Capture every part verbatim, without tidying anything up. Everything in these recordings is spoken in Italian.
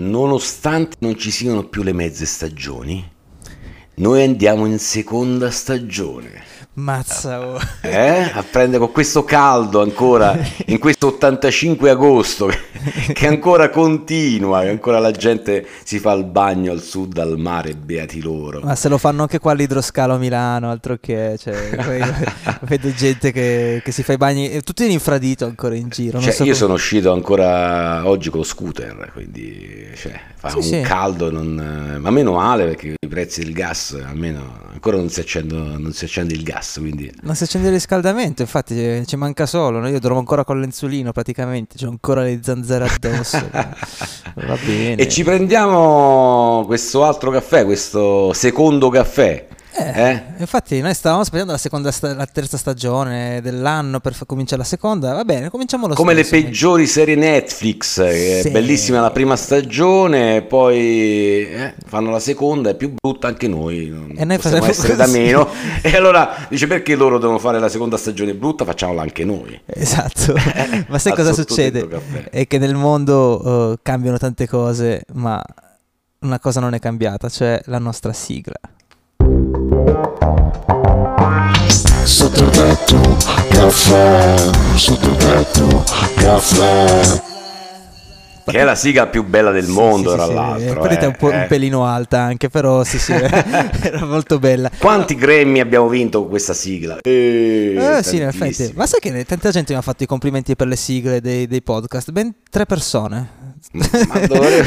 nonostante non ci siano più le mezze stagioni, noi andiamo in seconda stagione. Mazza, oh. eh? A prendere con questo caldo ancora in questo ottantacinque agosto che ancora continua, che ancora la gente si fa il bagno al sud al mare, beati loro. Ma se lo fanno anche qua all'idroscalo a Milano, altro che, cioè, poi vedo gente che, che si fa i bagni, tutti in infradito ancora in giro. Non Cioè, so io come... sono uscito ancora oggi con lo scooter, quindi cioè, fa Sì, un sì. caldo, non... ma meno male, perché i prezzi del gas almeno ancora non si accende, non si accende il gas, quindi Non si accende il riscaldamento, infatti ci, ci manca solo, no? Io dormo ancora con l'enzulino praticamente, c'ho ancora le zanzare addosso. Va bene. E ci prendiamo questo altro caffè, questo secondo caffè. Eh, Eh? Infatti noi stavamo aspettando la seconda sta- la terza stagione dell'anno per fa- cominciare la seconda. Va bene, cominciamo lo Come le stesso. peggiori serie Netflix, che Sì. è bellissima la prima stagione, poi eh, fanno la seconda, è più brutta, anche noi, non E noi possiamo faremo essere da così. meno. E allora dice, perché loro devono fare la seconda stagione brutta, facciamola anche noi. Esatto. Ma sai Al cosa sottotetto succede? caffè. È che nel mondo eh, cambiano tante cose, ma una cosa non è cambiata, cioè la nostra sigla. Sottotetto caffè, sottotetto caffè. Che è la sigla più bella del mondo, Sì, tra sì, sì. l'altro. Quella eh, è un, po', eh. un pelino alta anche, però sì, sì, era molto bella. Quanti Grammy abbiamo vinto con questa sigla? Eh, Eh, sì, in effetti. tantissimi. Ma sai che tanta gente mi ha fatto i complimenti per le sigle dei, dei podcast? Ben tre persone. Ma dove...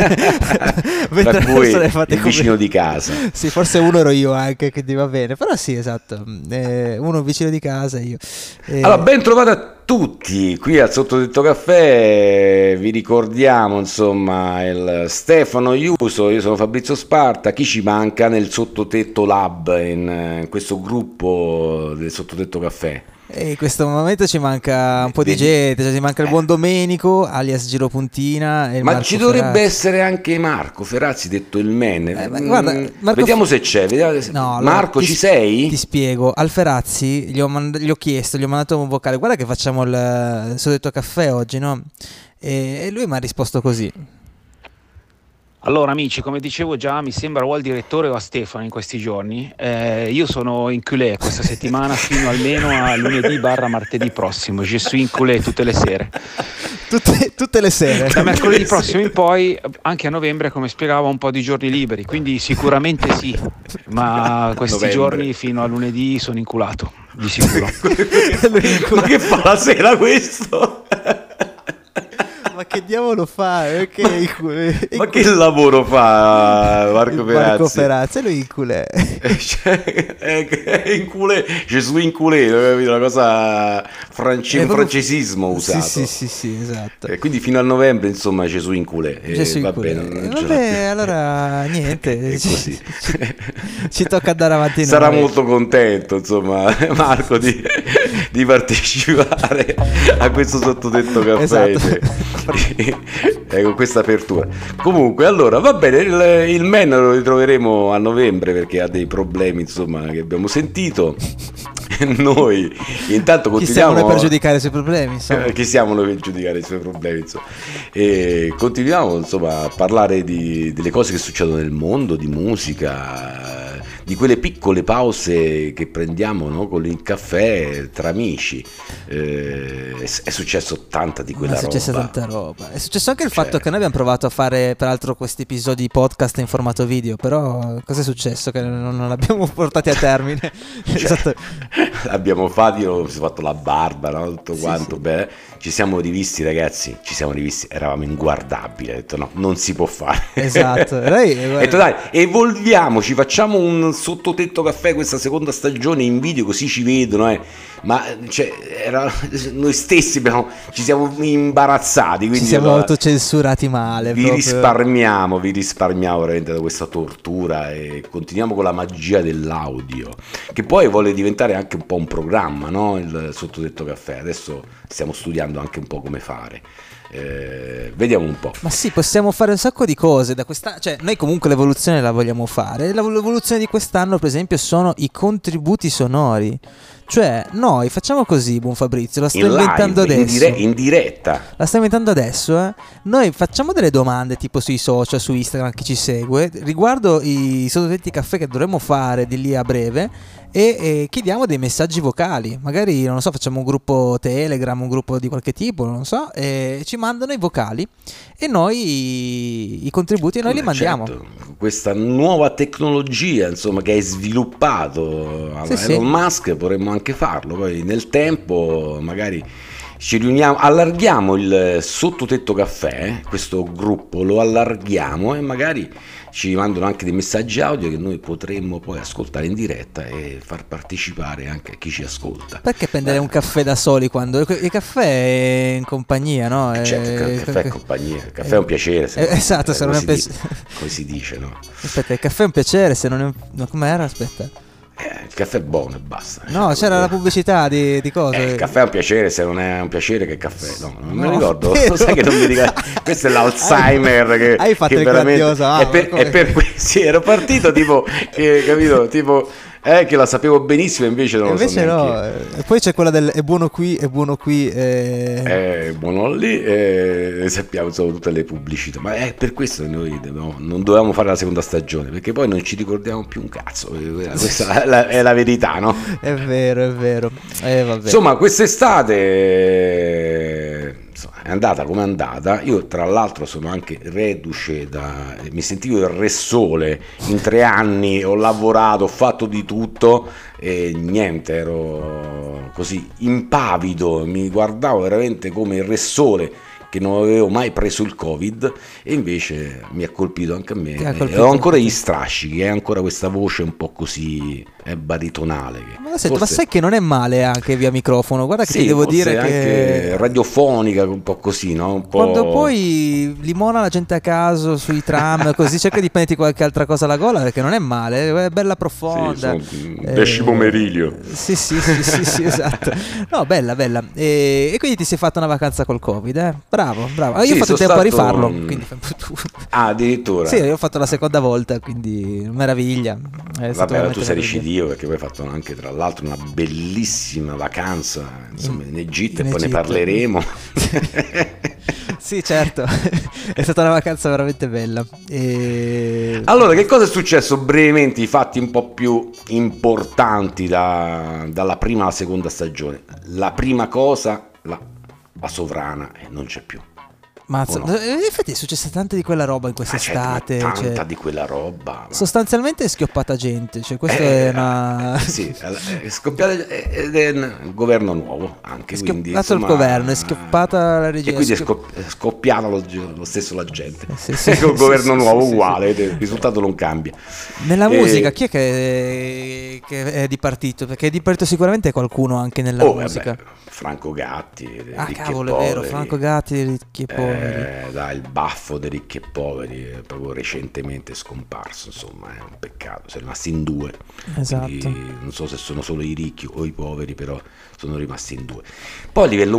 Ben Tra tre cui persone fatte il vicino complimenti. di casa. Sì, forse uno ero io anche, quindi va bene. Però sì, esatto. Eh, uno vicino di casa e io. Eh, Allora, ben trovati a tutti qui al Sottotetto Caffè. Vi ricordiamo, insomma, il Stefano Iuso, io sono Fabrizio Sparta. Chi ci manca nel Sottotetto Lab, in, in questo gruppo del Sottotetto Caffè? E in questo momento ci manca un po' di Vedi? gente, cioè ci manca il buon Domenico, alias Giro Puntina, e il Ma Marco ci dovrebbe Ferrazzi. essere anche Marco Ferrazzi, detto il men. Eh, ma Mm, guarda, Marco vediamo Fe- se c'è. Vediamo se- No, allora, Marco, ti ci s- sei? Ti spiego. Al Ferrazzi gli ho, mand- gli ho chiesto, gli ho mandato un vocale. Guarda che facciamo il, il Sottotetto Caffè oggi, no? E, e lui mi ha risposto così. Allora amici, come dicevo già, mi sembra o al direttore o a Stefano in questi giorni. Eh, io sono in culé questa settimana fino almeno a lunedì barra martedì prossimo. Je suis in culé tutte le sere. Tutte, tutte le sere. Da mercoledì prossimo in poi, anche a novembre, come spiegavo, un po' di giorni liberi. Quindi sicuramente sì, ma questi Novembre. giorni fino a lunedì sono inculato, di sicuro. Ma che fa la sera questo? Ma che diavolo fa? Perché in culé? Ma che lavoro fa Marco Ferrazzi? Marco Ferrazzi, e lui in culé. Cioè, è, è in culé, Gesù in culé, capito? Una cosa france- È un proprio- francesismo usato. Sì, sì, sì, sì, esatto. E quindi fino a novembre, insomma, Gesù in culé. E Gesù in va culé. bene, non Eh, ce l'ha vabbè, più. allora niente. È ci, così. ci- ci tocca andare avanti. Sarà noi. molto contento, insomma, Marco, di, di partecipare a questo Sottotetto Caffè. Esatto. Eh, con questa apertura. Comunque, allora, va bene, il, il men lo ritroveremo a novembre perché ha dei problemi, insomma, che abbiamo sentito. Noi intanto Chi siamo continuiamo noi per giudicare i suoi problemi? Insomma. Eh, chi siamo noi per giudicare i suoi problemi, insomma. E continuiamo, insomma, a parlare di, delle cose che succedono nel mondo, di musica, di quelle piccole pause che prendiamo, no, con il caffè tra amici. Eh, è, è successo tanta di quella è successa roba. tanta roba. È successo anche il Cioè- fatto che noi abbiamo provato a fare peraltro questi episodi podcast in formato video, però cosa è successo? Che non, non l'abbiamo portati a termine. Esatto. L'abbiamo fatto, io ho fatto la barba, no? Tutto Sì, quanto, sì. beh, ci siamo rivisti, ragazzi, ci siamo rivisti, eravamo inguardabili, ho detto no, non si può fare. Esatto. Lei, Ho detto dai, evolviamoci, facciamo un Sottotetto Caffè questa seconda stagione in video, così ci vedono, eh. Ma cioè, era, noi stessi abbiamo, ci siamo imbarazzati, quindi ci siamo allora, autocensurati male. vi proprio. risparmiamo, vi risparmiamo veramente da questa tortura e continuiamo con la magia dell'audio, che poi vuole diventare anche un po' un programma, no? Il Sottotetto Caffè. Adesso stiamo studiando anche un po' come fare. Eh, vediamo un po'. Ma sì, possiamo fare un sacco di cose da questa, cioè noi comunque l'evoluzione la vogliamo fare. La- L'evoluzione di quest'anno, per esempio, sono i contributi sonori. Cioè, noi facciamo così, buon Fabrizio, la sto In inventando live, in, adesso. dire- in diretta. La sto inventando adesso, eh. Noi facciamo delle domande tipo sui social, su Instagram, chi ci segue, riguardo i sottotetti caffè che dovremmo fare di lì a breve e, e chiediamo dei messaggi vocali. Magari, non lo so, facciamo un gruppo Telegram, un gruppo di qualche tipo, non lo so, e ci mandano i vocali e noi i, i contributi noi li Eh, mandiamo. certo, questa nuova tecnologia, insomma, che hai sviluppato alla Sì, sì. Elon Musk, potremmo anche farlo. Poi nel tempo magari ci riuniamo, allarghiamo il sottotetto caffè, eh, questo gruppo lo allarghiamo e magari ci mandano anche dei messaggi audio che noi potremmo poi ascoltare in diretta e far partecipare anche chi ci ascolta. Perché prendere un caffè da soli quando il caffè è in compagnia, no? Eh, certo, Eh, il caffè è compagnia, il caffè è un piacere. se Eh, no- esatto, eh, se non è come un si di- come si dice, no? Aspetta, il caffè è un piacere, se non è un... no, com'era? Aspetta. Eh, il caffè è buono e basta. No, c'era la pubblicità di, di cose. Eh, il caffè è un piacere, se non è un piacere che caffè. No, non me No, lo ricordo. vero. Sai che non mi ricordo. Questo è l'Alzheimer. Hai- che, hai fatto che il veramente- grandioso, ah, è per, come- è per que- sì, ero partito tipo, che, capito? Tipo, eh, che la sapevo benissimo, invece non lo so Invece neanche no, io. eh, e poi c'è quella del è buono qui, è buono qui. eh. Eh, buono lì, eh, sappiamo insomma, tutte le pubblicità, ma è per questo che noi dobbiamo- non dovevamo fare la seconda stagione, perché poi non ci ricordiamo più un cazzo. eh, Questa è la, è la verità, no? È vero, è vero. Eh, vabbè. Insomma, quest'estate eh, insomma, è andata come è andata. Io, tra l'altro, sono anche reduce da. Mi sentivo il Re Sole in tre anni, ho lavorato, ho fatto di tutto e niente, ero così impavido, mi guardavo veramente come il Re Sole, che non avevo mai preso il Covid e invece mi ha colpito anche a me. Ti ha E colpito ho ancora anche gli strascichi, è ancora questa voce un po' così eh, baritonale. Che Ma, senti, ma forse- sai che non è male anche via microfono? Guarda che sì, ti devo forse dire anche che radiofonica, un po' così, no? Un po'... quando poi limona la gente a caso sui tram, così cerca di prenderti qualche altra cosa alla gola, perché non è male, è bella profonda. Sì, sono Eh, decimo meriglio. Sì, sì, sì, sì, sì, esatto. No, bella, bella. E, e quindi ti sei fatta una vacanza col Covid, eh? Bravo, bravo. Ah, io Sì, ho fatto il sono tempo a stato- rifarlo, quindi fai un po' tu. Ah, addirittura. Sì, io ho fatto la seconda volta, quindi meraviglia. È stato Vabbè, veramente tu sei meraviglia. recidivo perché poi hai fatto anche tra l'altro una bellissima vacanza insomma, in Egitto in e poi ne Egitto. parleremo. Sì, certo, è stata una vacanza veramente bella. E... Allora, che cosa è successo brevemente, i fatti un po' più importanti da- dalla prima alla seconda stagione? La prima cosa, la, la sovrana eh, non c'è più. Mazza, Oh no. eh, in effetti è successa tanta di quella roba in Ah, certo, quest'estate. ma tanta cioè, di quella roba. ma- sostanzialmente è schioppata gente, cioè questo Eh, è una... sì, è scoppiato ed è un governo nuovo anche, È quindi schioppato il insomma, governo, è schioppata la regia. e quindi è, schiop- scop- è scoppiata lo, lo stesso la gente. Sì, sì, Ecco, il sì, governo sì, nuovo sì, sì, uguale, il risultato non cambia. Nella E- musica chi è che, che è dipartito? Perché è dipartito sicuramente qualcuno anche nella Oh, musica. vabbè, Franco Gatti, Ah, Ricchi e cavolo, è vero, Poveri. Franco Gatti, Ricchi e Poveri. Eh, dai, il baffo dei Ricchi e Poveri è proprio recentemente scomparso, insomma, è un peccato, sono rimasti in due. Esatto. Quindi non so se sono solo i ricchi o i poveri, però sono rimasti in due. Poi a livello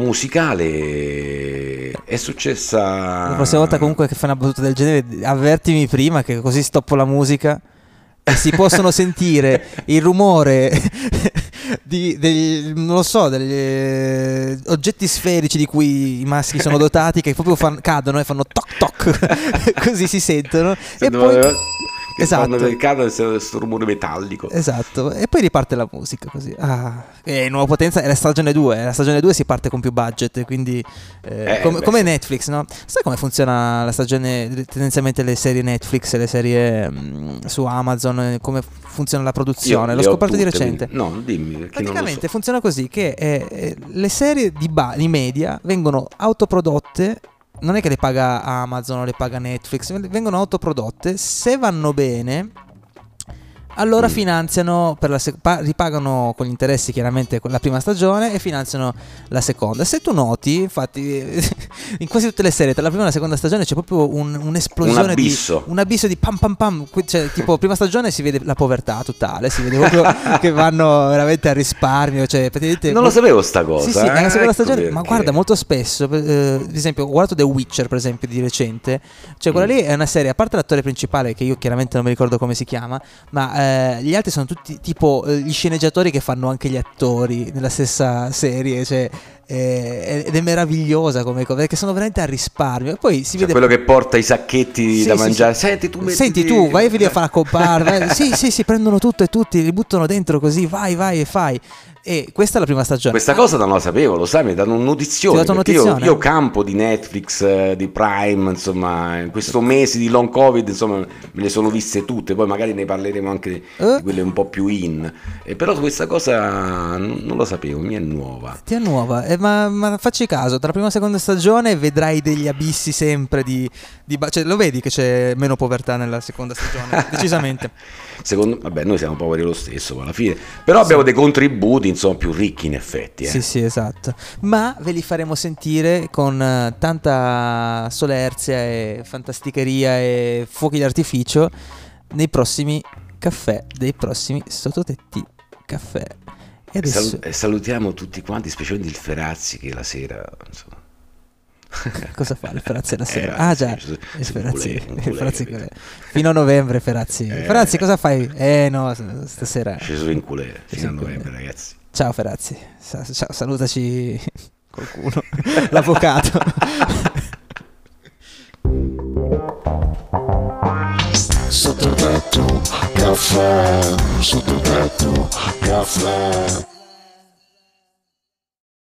musicale è successa... La prossima volta comunque che fai una battuta del genere avvertimi prima che così stoppo la musica e si possono sentire il rumore di, degli, non lo so, degli eh, oggetti sferici di cui i maschi sono dotati che proprio fan- cadono e fanno toc toc così si sentono Se e devo- poi che esatto. fanno del caso questo rumore metallico. esatto e poi riparte la musica così ah. E nuova potenza è la stagione due la stagione due si parte con più budget quindi eh, Eh, come, beh, come sì. Netflix, no? Sai come funziona la stagione, tendenzialmente le serie Netflix e le serie mh, su Amazon, eh, come funziona la produzione? Io L'ho le ho scoperto di tutte, recente. quindi- No, dimmi, perché non lo Praticamente so. funziona così che eh, eh, le serie di, ba- di media vengono autoprodotte, non è che le paga Amazon o le paga Netflix, vengono autoprodotte, se vanno bene allora Mm. finanziano per la sec- pa- ripagano con gli interessi chiaramente la prima stagione e finanziano la seconda. Se tu noti, infatti in quasi tutte le serie tra la prima e la seconda stagione c'è proprio un- un'esplosione Un abisso. di un abisso di pam pam pam, Qui- cioè, tipo prima stagione si vede la povertà totale, si vede proprio che vanno veramente a risparmio, cioè praticamente Non lo sapevo sta cosa. sì, sì, eh, nella seconda ecco stagione, perché. ma guarda, molto spesso, per- eh, ad esempio, ho guardato The Witcher, per esempio, di recente, cioè quella Mm. lì è una serie, a parte l'attore principale, che io chiaramente non mi ricordo come si chiama, ma eh, gli altri sono tutti tipo eh, gli sceneggiatori che fanno anche gli attori nella stessa serie, cioè eh, ed è meravigliosa come cosa, perché sono veramente a risparmio. E poi si Cioè, vede quello che porta i sacchetti Sì, da sì, mangiare. sì. Senti, tu metti Senti tu, vai a fare a compare. Sì, sì, sì, prendono tutto e tutti, li buttano dentro così, vai, vai e fai. E questa è la prima stagione. Questa cosa non la sapevo, lo sai, mi danno un notizione. Ti ho dato perché io, notizione? io campo di Netflix, eh, di Prime, insomma, in questo mese di long Covid, insomma, me le sono viste tutte, poi magari ne parleremo anche Eh? di quelle un po' più in. E però questa cosa non, non lo sapevo, mi è nuova. Ti è nuova, eh, ma, ma facci caso, tra la prima e la seconda stagione vedrai degli abissi sempre di, di ba- cioè, lo vedi che c'è meno povertà nella seconda stagione, decisamente. Secondo vabbè, noi siamo poveri lo stesso alla fine, però abbiamo dei contributi, insomma, più ricchi in effetti. Eh. Sì, sì, esatto. Ma ve li faremo sentire con eh, tanta solerzia e fantasticheria e fuochi d'artificio nei prossimi caffè, dei prossimi sottotetti caffè. E adesso... Salu- e salutiamo tutti quanti, specialmente il Ferazzi che la sera, insomma. Cosa fa il Ferazzi la sera? Eh, ah sì, già, sì, il sì, Ferazzi, un culé, un il culé, Ferazzi capito? culé. Fino a novembre Ferazzi. Eh. Ferazzi cosa fai? Eh no, stasera. Sceso in culé fino a in culé. novembre, ragazzi. Ciao Ferazzi. Sa- ciao, salutaci qualcuno. L'avvocato. Sottotetto caffè, sottotetto caffè.